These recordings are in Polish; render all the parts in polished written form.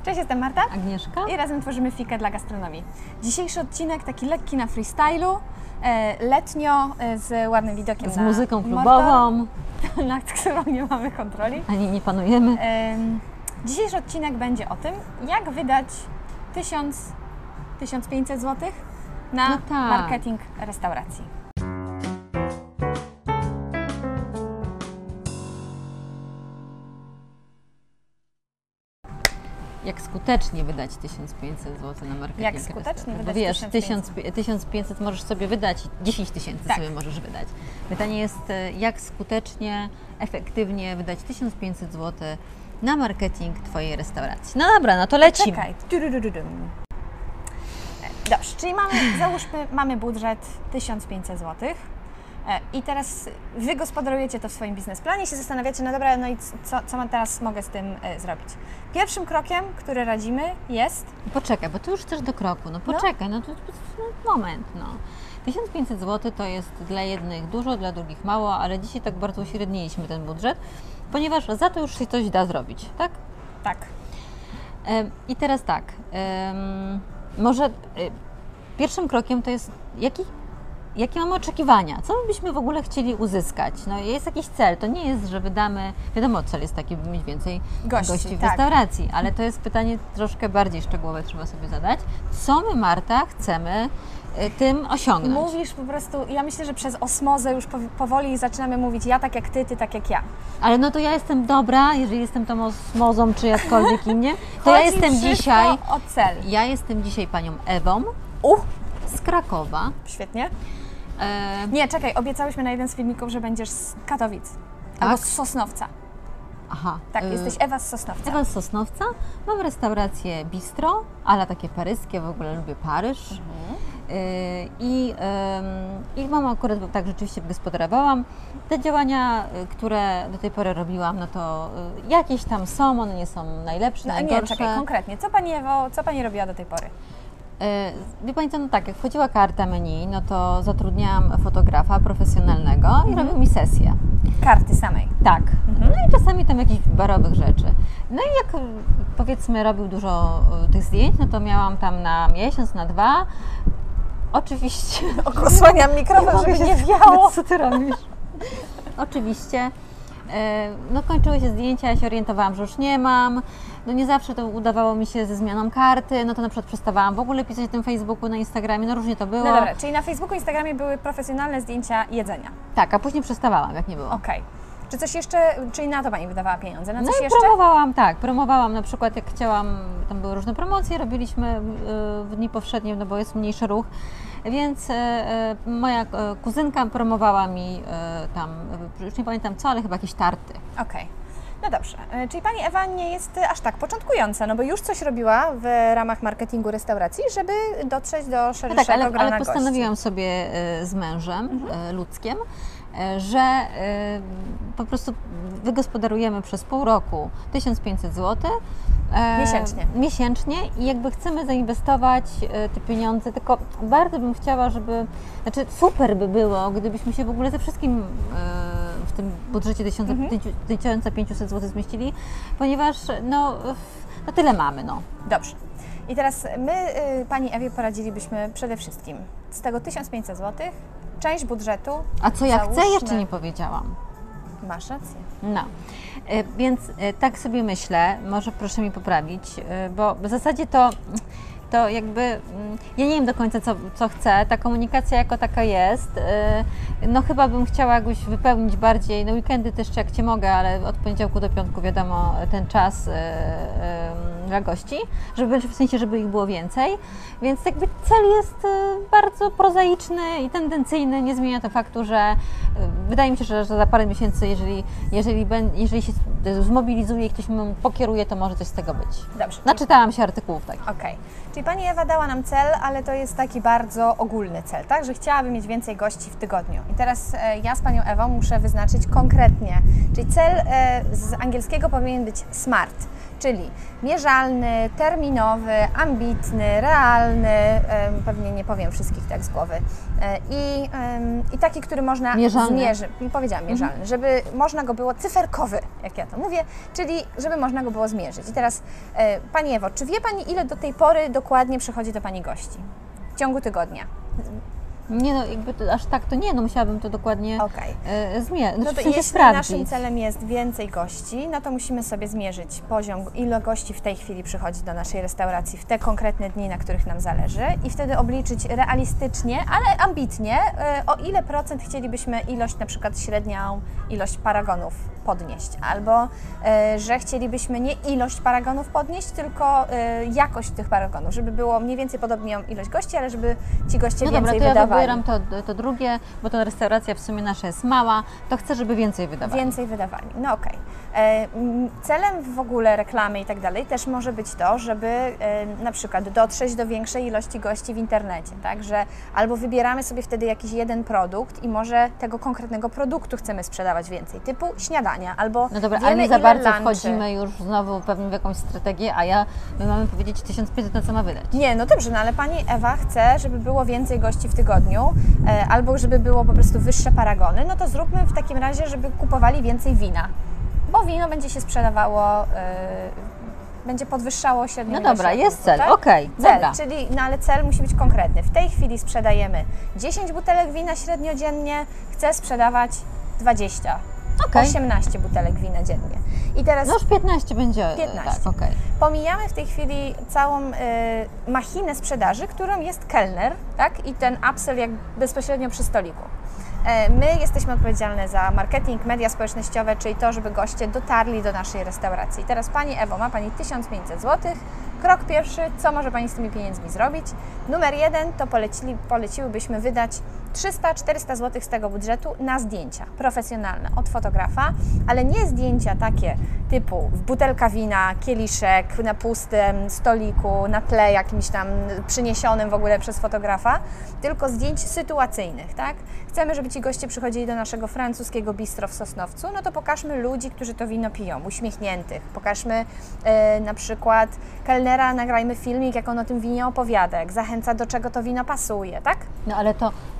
Cześć, jestem Marta. Agnieszka. I razem tworzymy Fikę dla gastronomii. Dzisiejszy odcinek taki lekki na freestylu, letnio, z ładnym widokiem z muzyką klubową, nad którą nie mamy kontroli. Ani nie panujemy. Dzisiejszy odcinek będzie o tym, jak wydać 1500 zł na marketing restauracji. Jak skutecznie wydać 1500 zł na marketing? Jak skutecznie wydać? Bo wiesz, 1500 możesz sobie wydać, 10 tysięcy sobie możesz wydać. Pytanie jest, jak skutecznie, efektywnie wydać 1500 zł na marketing Twojej restauracji. No dobra, no to lecimy. Czekaj. Dobrze, czyli załóżmy, mamy budżet 1500 zł. I teraz wygospodarujecie to w swoim biznesplanie i się zastanawiacie, no dobra, no i co teraz mogę z tym zrobić? Pierwszym krokiem, który radzimy, jest... Poczekaj, bo tu już chcesz do kroku, no poczekaj, no to moment, no. 1500 zł to jest dla jednych dużo, dla drugich mało, ale dzisiaj tak bardzo uśredniliśmy ten budżet, ponieważ za to już się coś da zrobić, tak? Tak. I teraz tak, może pierwszym krokiem to jest jakie mamy oczekiwania? Co byśmy w ogóle chcieli uzyskać? No jest jakiś cel, to nie jest, że wydamy, wiadomo, cel jest taki, by mieć więcej gości w restauracji, ale to jest pytanie troszkę bardziej szczegółowe, trzeba sobie zadać. Co my, Marta, chcemy tym osiągnąć? Mówisz po prostu, ja myślę, że przez osmozę już powoli zaczynamy mówić ja tak jak ty, ty tak jak ja. Ale no to ja jestem dobra, jeżeli jestem tą osmozą, czy jakkolwiek innie, to ja jestem dzisiaj... o cel. Ja jestem dzisiaj panią Ewą z Krakowa. Świetnie. Nie, czekaj, obiecałyśmy na jeden z filmików, że będziesz z Katowic. Tak? Albo z Sosnowca. Aha. Tak, jesteś Ewa z Sosnowca. Ewa z Sosnowca. Mam restaurację bistro, ale takie paryskie, w ogóle lubię Paryż. I mam akurat, tak rzeczywiście wygospodarowałam. Te działania, które do tej pory robiłam, no to jakieś tam są, one nie są najlepsze, najgorsze. Nie, czekaj, konkretnie, co Pani Ewo, co Pani robiła do tej pory? Wie Pani co, no tak, jak wchodziła karta menu, no to zatrudniałam fotografa profesjonalnego i robił mi sesję. Karty samej? Tak. No i czasami tam jakichś barowych rzeczy. No i jak powiedzmy robił dużo tych zdjęć, no to miałam tam na miesiąc, na 2. Oczywiście... Osłaniam mikrofon, żeby nie wiało. Co Ty robisz? Oczywiście. No kończyły się zdjęcia, ja się orientowałam, że już nie mam. No nie zawsze to udawało mi się ze zmianą karty, no to na przykład przestawałam w ogóle pisać na tym Facebooku, na Instagramie, no różnie to było. No dobra, czyli na Facebooku, Instagramie były profesjonalne zdjęcia jedzenia. Tak, a później przestawałam, jak nie było. Okej. Czy coś jeszcze, czyli na to Pani wydawała pieniądze? Na coś jeszcze? Promowałam na przykład jak chciałam, tam były różne promocje, robiliśmy w dni powszednie, no bo jest mniejszy ruch, więc moja kuzynka promowała mi tam, już nie pamiętam co, ale chyba jakieś tarty. Okej. No dobrze, czyli Pani Ewa nie jest aż tak początkująca, no bo już coś robiła w ramach marketingu restauracji, żeby dotrzeć do szerszego grona ale postanowiłam sobie z mężem, Ludzkiem, że po prostu wygospodarujemy przez pół roku 1500 zł miesięcznie i jakby chcemy zainwestować te pieniądze, tylko bardzo bym chciała, żeby, znaczy super by było, gdybyśmy się w ogóle ze wszystkim w tym budżecie 1500 zł zmieścili, ponieważ no tyle mamy. No. Dobrze. I teraz my Pani Ewie poradzilibyśmy przede wszystkim z tego 1500 zł część budżetu. A co ja chcę? Jeszcze nie powiedziałam. Masz rację. No, więc tak sobie myślę, może proszę mi poprawić, bo w zasadzie to jakby, ja nie wiem do końca co chcę, ta komunikacja jako taka jest, no chyba bym chciała jakoś wypełnić bardziej, no weekendy też jak Cię mogę, ale od poniedziałku do piątku wiadomo ten czas dla gości, w sensie, żeby ich było więcej, więc jakby cel jest bardzo prozaiczny i tendencyjny, nie zmienia to faktu, że wydaje mi się, że za parę miesięcy, jeżeli się zmobilizuje i ktoś mi pokieruje, to może coś z tego być. Dobrze. Naczytałam się artykułów takich. Okej. Czyli Pani Ewa dała nam cel, ale to jest taki bardzo ogólny cel, tak? Że chciałaby mieć więcej gości w tygodniu. I teraz ja z Panią Ewą muszę wyznaczyć konkretnie. Czyli cel z angielskiego powinien być SMART. czyli mierzalny, terminowy, ambitny, realny, pewnie nie powiem wszystkich tak z głowy, i taki, który można zmierzyć, powiedziałam mierzalny, żeby można go było, cyferkowy, jak ja to mówię, czyli żeby można go było zmierzyć. I teraz Pani Ewo, czy wie Pani, ile do tej pory dokładnie przychodzi do Pani gości w ciągu tygodnia? Nie no, jakby to, aż tak to nie, no musiałabym to dokładnie zmierzyć, no to jeśli naszym celem jest więcej gości, no to musimy sobie zmierzyć poziom, ile gości w tej chwili przychodzi do naszej restauracji w te konkretne dni, na których nam zależy i wtedy obliczyć realistycznie, ale ambitnie, o ile procent chcielibyśmy ilość, na przykład średnią ilość paragonów podnieść, albo że chcielibyśmy nie ilość paragonów podnieść, tylko jakość tych paragonów, żeby było mniej więcej podobnie ilość gości, ale żeby ci goście więcej wydawali. Ja wybieram to drugie, bo ta restauracja w sumie nasza jest mała, to chcę, żeby więcej wydawali. Więcej wydawali, no okej. Celem w ogóle reklamy i tak dalej też może być to, żeby na przykład dotrzeć do większej ilości gości w internecie, tak, że albo wybieramy sobie wtedy jakiś jeden produkt i może tego konkretnego produktu chcemy sprzedawać więcej, typu śniadania, albo no dobra, wiemy, ale nie za bardzo lunchy. wchodzimy już znowu pewnie w jakąś strategię, a my mamy powiedzieć 1500, na co ma wydać. Nie, no dobrze, no ale Pani Ewa chce, żeby było więcej gości w tygodniu, albo żeby było po prostu wyższe paragony, no to zróbmy w takim razie, żeby kupowali więcej wina, bo wino będzie się sprzedawało, będzie podwyższało średnią No ilość dobra, alkoholu, jest cel, tak? okej, Cel, dobra. czyli, no ale cel musi być konkretny. W tej chwili sprzedajemy 10 butelek wina średnio dziennie, chcę sprzedawać 20. 18 butelek wina dziennie. I teraz no już 15 będzie. 15. Tak, okay. Pomijamy w tej chwili całą machinę sprzedaży, którą jest kelner, tak? I ten upsell jak bezpośrednio przy stoliku. My jesteśmy odpowiedzialne za marketing, media społecznościowe, czyli to, żeby goście dotarli do naszej restauracji. Teraz Pani Ewo, ma Pani 1500 zł. Krok pierwszy, co może Pani z tymi pieniędzmi zrobić? Numer 1 to poleciłybyśmy wydać 300-400 zł z tego budżetu na zdjęcia profesjonalne od fotografa, ale nie zdjęcia takie typu butelka wina, kieliszek na pustym stoliku, na tle jakimś tam przyniesionym w ogóle przez fotografa, tylko zdjęć sytuacyjnych, tak? Chcemy, żeby ci goście przychodzili do naszego francuskiego bistro w Sosnowcu, no to pokażmy ludzi, którzy to wino piją, uśmiechniętych. Pokażmy na przykład kelnera, nagrajmy filmik, jak on o tym winie opowiada, jak zachęca, do czego to wino pasuje, tak? No ale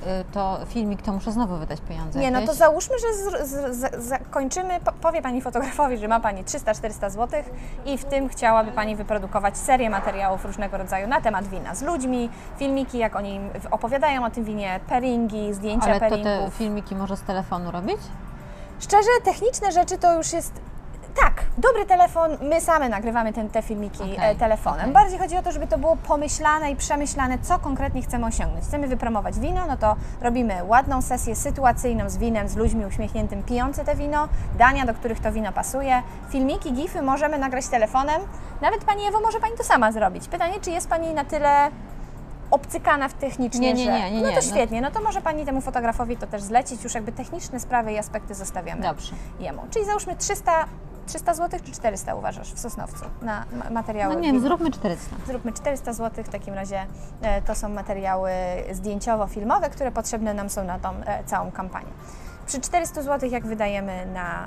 to filmik, to muszę znowu wydać pieniądze. Nie, jakieś? no to załóżmy, że zakończymy, powie Pani fotografowi, że ma Pani 300-400 zł i w tym chciałaby Pani wyprodukować serię materiałów różnego rodzaju na temat wina z ludźmi, filmiki, jak oni opowiadają o tym winie, pairingi, zdjęcia ale pairingów. Ale to te filmiki może z telefonu robić? Szczerze, techniczne rzeczy to już jest... Tak, dobry telefon, my same nagrywamy te filmiki telefonem. Bardziej chodzi o to, żeby to było pomyślane i przemyślane, co konkretnie chcemy osiągnąć. Chcemy wypromować wino, no to robimy ładną sesję sytuacyjną z winem, z ludźmi uśmiechniętym, pijący te wino, dania, do których to wino pasuje. Filmiki, gify możemy nagrać telefonem. Nawet Pani Ewo, może Pani to sama zrobić. Pytanie, czy jest Pani na tyle obcykana w technicznie, nie, no to świetnie, no to może Pani temu fotografowi to też zlecić, już jakby techniczne sprawy i aspekty zostawiamy jemu. Czyli załóżmy 300 zł czy 400 uważasz w Sosnowcu na materiały? No nie wiem, zróbmy 400. Zróbmy 400 zł, w takim razie to są materiały zdjęciowo-filmowe, które potrzebne nam są na tą całą kampanię. Przy 400 zł jak wydajemy na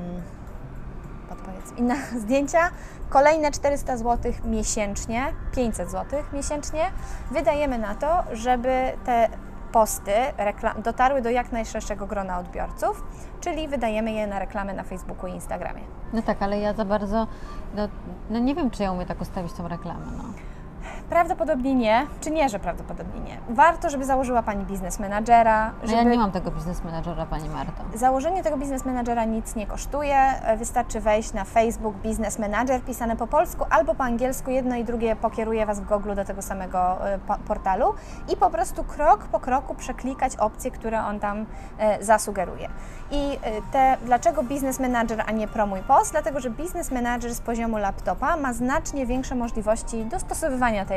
na zdjęcia, kolejne 400 zł miesięcznie, 500 zł miesięcznie wydajemy na to, żeby te posty dotarły do jak najszerszego grona odbiorców, czyli wydajemy je na reklamy na Facebooku i Instagramie. No tak, ale ja za bardzo, no nie wiem, czy ja umiem tak ustawić tą reklamę. No. Prawdopodobnie nie, czy nie, że prawdopodobnie nie. Warto, żeby założyła Pani biznes menadżera. No ja nie mam tego biznes menadżera, Pani Marto. Założenie tego biznes menadżera nic nie kosztuje. Wystarczy wejść na Facebook Business Manager, pisane po polsku albo po angielsku. Jedno i drugie pokieruje Was w Google do tego samego portalu i po prostu krok po kroku przeklikać opcje, które on tam zasugeruje. I dlaczego Business Manager, a nie Promuj Post? Dlatego, że Business Manager z poziomu laptopa ma znacznie większe możliwości dostosowywania tej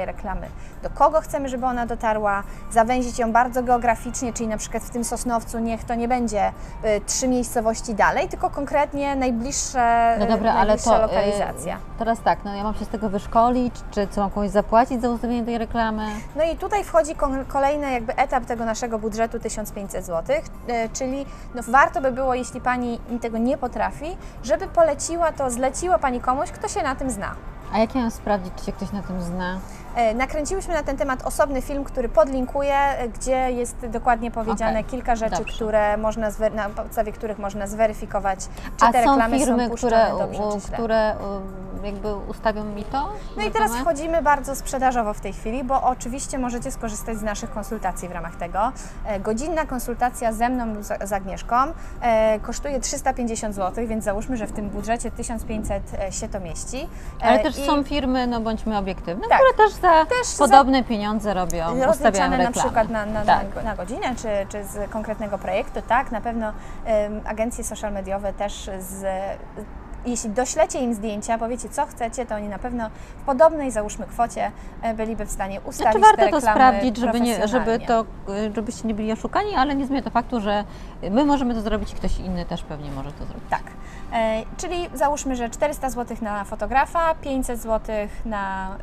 tej reklamy, do kogo chcemy, żeby ona dotarła, zawęzić ją bardzo geograficznie, czyli na przykład w tym Sosnowcu niech to nie będzie 3 miejscowości dalej, tylko konkretnie najbliższe, No dobra, ale najbliższa to lokalizacja. teraz tak, no ja mam się z tego wyszkolić, czy co mam komuś zapłacić za ustawienie tej reklamy? No i tutaj wchodzi kolejny jakby etap tego naszego budżetu 1500 zł, czyli no warto by było, jeśli Pani tego nie potrafi, żeby poleciła to, zleciła Pani komuś, kto się na tym zna. A jak ja mam sprawdzić, czy się ktoś na tym zna? Nakręciłyśmy na ten temat osobny film, który podlinkuję, gdzie jest dokładnie powiedziane kilka rzeczy, które można na podstawie których można zweryfikować, czy te reklamy są puszczane dobrze, czy źle. które jakby ustawią mi to? No i teraz wchodzimy bardzo sprzedażowo w tej chwili, bo oczywiście możecie skorzystać z naszych konsultacji w ramach tego. Godzinna konsultacja ze mną lub z Agnieszką kosztuje 350 zł, więc załóżmy, że w tym budżecie 1500 się to mieści. Ale też są firmy, no bądźmy obiektywne, tak, które też podobne pieniądze robią, ustawiają rozliczane reklamy. na przykład na godzinę, czy z konkretnego projektu, tak, na pewno agencje social mediowe też jeśli doślecie im zdjęcia, powiecie co chcecie, to oni na pewno w podobnej, załóżmy, kwocie byliby w stanie ustawić te warto reklamy to sprawdzić, żebyście nie byli oszukani, ale nie zmienia to faktu, że my możemy to zrobić i ktoś inny też pewnie może to zrobić. Tak, czyli załóżmy, że 400 zł na fotografa, 500 zł na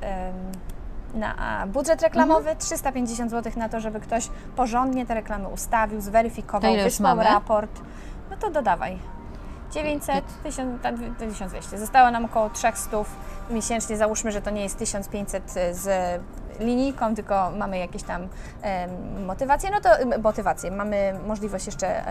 budżet reklamowy, 350 zł na to, żeby ktoś porządnie te reklamy ustawił, zweryfikował, wysłał raport. No to dodawaj. 900, 1200. Zostało nam około 300 miesięcznie. Załóżmy, że to nie jest 1500 z linijką, tylko mamy jakieś tam motywacje. No to mamy możliwość jeszcze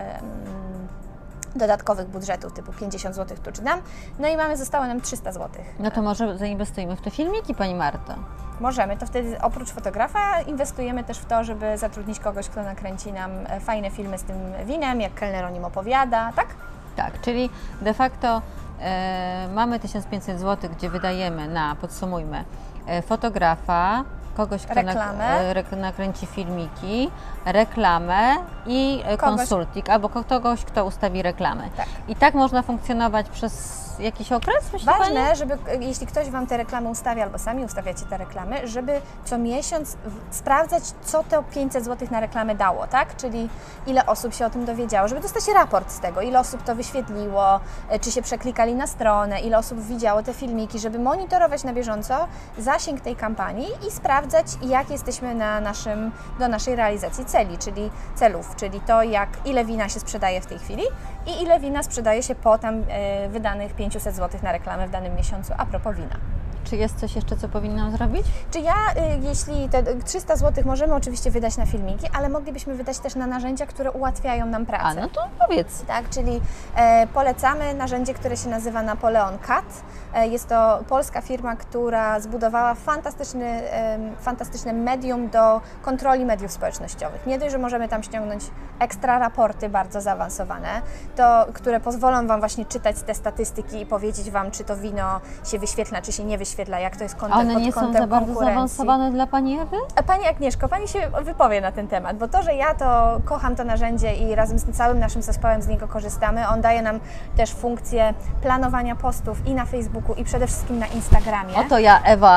dodatkowych budżetów typu 50 zł tu czy tam. No i zostało nam 300 zł. No to może zainwestujmy w te filmiki, Pani Marto? Możemy, to wtedy oprócz fotografa inwestujemy też w to, żeby zatrudnić kogoś, kto nakręci nam fajne filmy z tym winem, jak kelner o nim opowiada, tak? Tak, czyli de facto mamy 1500 zł, gdzie wydajemy na, podsumujmy, fotografa, kogoś, kto nakręci filmiki, reklamę i konsulting, albo kogoś, kto ustawi reklamę. Tak. I tak można funkcjonować przez jakiś okres, myśli Ważne, Pani? żeby jeśli ktoś Wam te reklamy ustawia, albo sami ustawiacie te reklamy, żeby co miesiąc sprawdzać, co to 500 zł na reklamę dało, tak? Czyli ile osób się o tym dowiedziało, żeby dostać raport z tego, ile osób to wyświetliło, czy się przeklikali na stronę, ile osób widziało te filmiki, żeby monitorować na bieżąco zasięg tej kampanii i sprawdzać, jak jesteśmy do naszej realizacji celów, czyli to, ile wina się sprzedaje w tej chwili i ile wina sprzedaje się po tam wydanych 500 zł na reklamę w danym miesiącu a propos wina. Czy jest coś jeszcze, co powinnam zrobić? Czy jeśli te 300 zł możemy oczywiście wydać na filmiki, ale moglibyśmy wydać też na narzędzia, które ułatwiają nam pracę. A, no to powiedz. Tak, czyli polecamy narzędzie, które się nazywa Napoleon Cat. Jest to polska firma, która zbudowała fantastyczne medium do kontroli mediów społecznościowych. Nie dość, że możemy tam ściągnąć ekstra raporty bardzo zaawansowane, które pozwolą Wam właśnie czytać te statystyki i powiedzieć Wam, czy to wino się wyświetla, czy się nie wyświetla, jak to jest pod kątem konkurencji. One nie są za bardzo zaawansowane dla Pani Ewy? Pani Agnieszko, Pani się wypowie na ten temat, bo to, że ja to kocham to narzędzie i razem z całym naszym zespołem z niego korzystamy, on daje nam też funkcję planowania postów i na Facebooku, i przede wszystkim na Instagramie. Oto ja,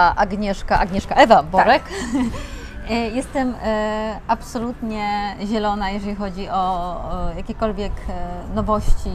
Ewa Borek. Tak. Jestem absolutnie zielona, jeżeli chodzi o jakiekolwiek nowości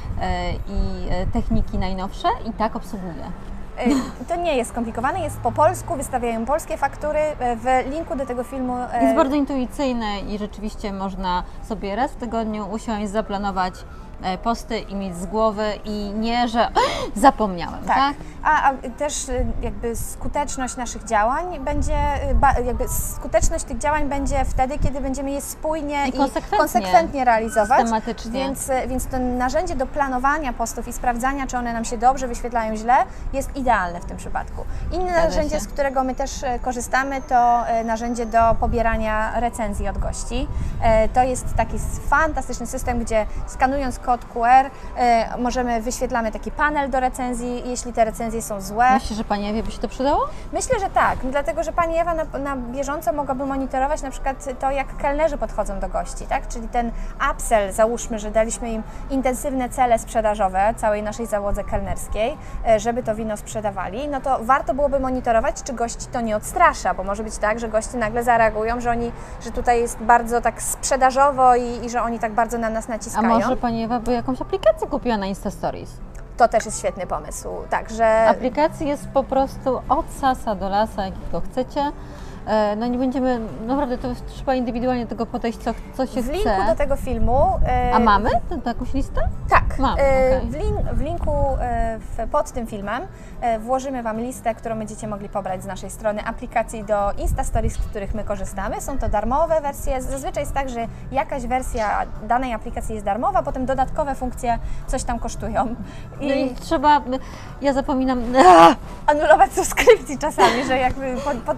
i techniki najnowsze i tak obsługuję. To nie jest skomplikowane, jest po polsku, wystawiają polskie faktury. W linku do tego filmu... Jest bardzo intuicyjne i rzeczywiście można sobie raz w tygodniu usiąść, zaplanować posty i mieć z głowy i nie, że zapomniałem, tak? A też jakby skuteczność naszych działań będzie, skuteczność tych działań będzie wtedy, kiedy będziemy je spójnie i konsekwentnie realizować. Systematycznie. Więc to narzędzie do planowania postów i sprawdzania, czy one nam się dobrze wyświetlają, źle, jest idealne w tym przypadku. Inne narzędzie, z którego my też korzystamy, to narzędzie do pobierania recenzji od gości. To jest taki fantastyczny system, gdzie skanując kod kod QR, wyświetlamy taki panel do recenzji, jeśli te recenzje są złe. Myślisz, że Pani Ewie by się to przydało? Myślę, że tak, dlatego że Pani Ewa na bieżąco mogłaby monitorować na przykład to, jak kelnerzy podchodzą do gości, tak? Czyli ten upsell, załóżmy, że daliśmy im intensywne cele sprzedażowe całej naszej załodze kelnerskiej, żeby to wino sprzedawali, no to warto byłoby monitorować, czy gości to nie odstrasza, bo może być tak, że goście nagle zareagują, że tutaj jest bardzo tak sprzedażowo i że oni tak bardzo na nas A naciskają. może Pani Ewa by jakąś aplikację kupiła na Insta Stories? To też jest świetny pomysł, także... Aplikacji jest po prostu od sasa do lasa, jakiego chcecie. No nie będziemy, naprawdę to trzeba indywidualnie do tego podejść, co się w chce. linku do tego filmu... A mamy jakąś listę? Tak, Mamy, okej. w linku pod tym filmem włożymy Wam listę, którą będziecie mogli pobrać z naszej strony aplikacji do Insta Stories, z których my korzystamy. Są to darmowe wersje. Zazwyczaj jest tak, że jakaś wersja danej aplikacji jest darmowa, potem dodatkowe funkcje coś tam kosztują. No i trzeba, ja zapominam, Anulować subskrypcji czasami, że jakby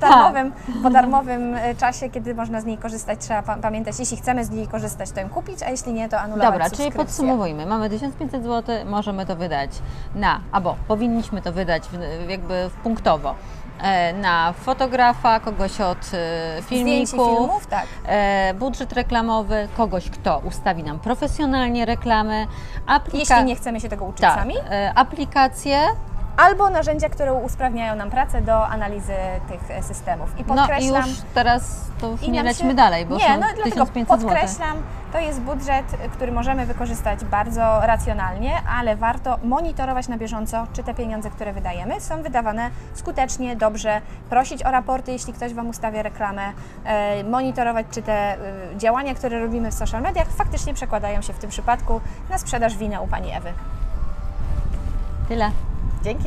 po darmowym czasie, kiedy można z niej korzystać, trzeba pamiętać, jeśli chcemy z niej korzystać, to ją kupić, a jeśli nie, to anulować Dobra, subskrypcję. czyli podsumowujmy. Mamy 1500 zł, możemy to wydać albo powinniśmy to wydać jakby punktowo na fotografa, kogoś od Zdjęć i filmików, filmów, tak. Budżet reklamowy, kogoś, kto ustawi nam profesjonalnie reklamy, Jeśli nie chcemy się tego uczyć tak, sami. aplikacje, Albo narzędzia, które usprawniają nam pracę do analizy tych systemów. I podkreślam... No i już teraz to już i nie nam lećmy się- dalej, bo nie, są no dlatego 1500 zł. podkreślam, to jest budżet, który możemy wykorzystać bardzo racjonalnie, ale warto monitorować na bieżąco, czy te pieniądze, które wydajemy, są wydawane skutecznie, dobrze, prosić o raporty, jeśli ktoś Wam ustawia reklamę, monitorować, czy te działania, które robimy w social mediach, faktycznie przekładają się w tym przypadku na sprzedaż wina u Pani Ewy. Tyle. Dzięki.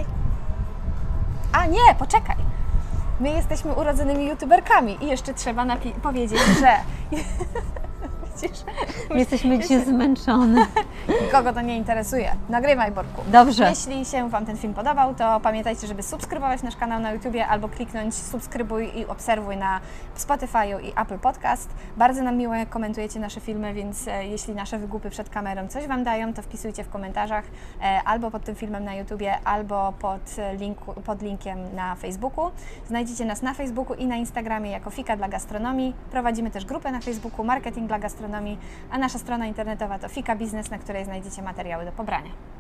A nie, poczekaj. My jesteśmy urodzonymi youtuberkami i jeszcze trzeba powiedzieć, że... Widzisz? Jesteśmy dzisiaj zmęczone. Nikogo to nie interesuje. Nagrywaj, Borku. Dobrze. Jeśli się Wam ten film podobał, to pamiętajcie, żeby subskrybować nasz kanał na YouTubie albo kliknąć subskrybuj i obserwuj na Spotify'u i Apple Podcast. Bardzo nam miło, jak komentujecie nasze filmy, więc jeśli nasze wygłupy przed kamerą coś Wam dają, to wpisujcie w komentarzach albo pod tym filmem na YouTubie, albo pod linkiem na Facebooku. Znajdziecie nas na Facebooku i na Instagramie jako Fika dla Gastronomii. Prowadzimy też grupę na Facebooku Marketing dla Gastronomii, a nasza strona internetowa to Fika Biznes, na której znajdziecie materiały do pobrania.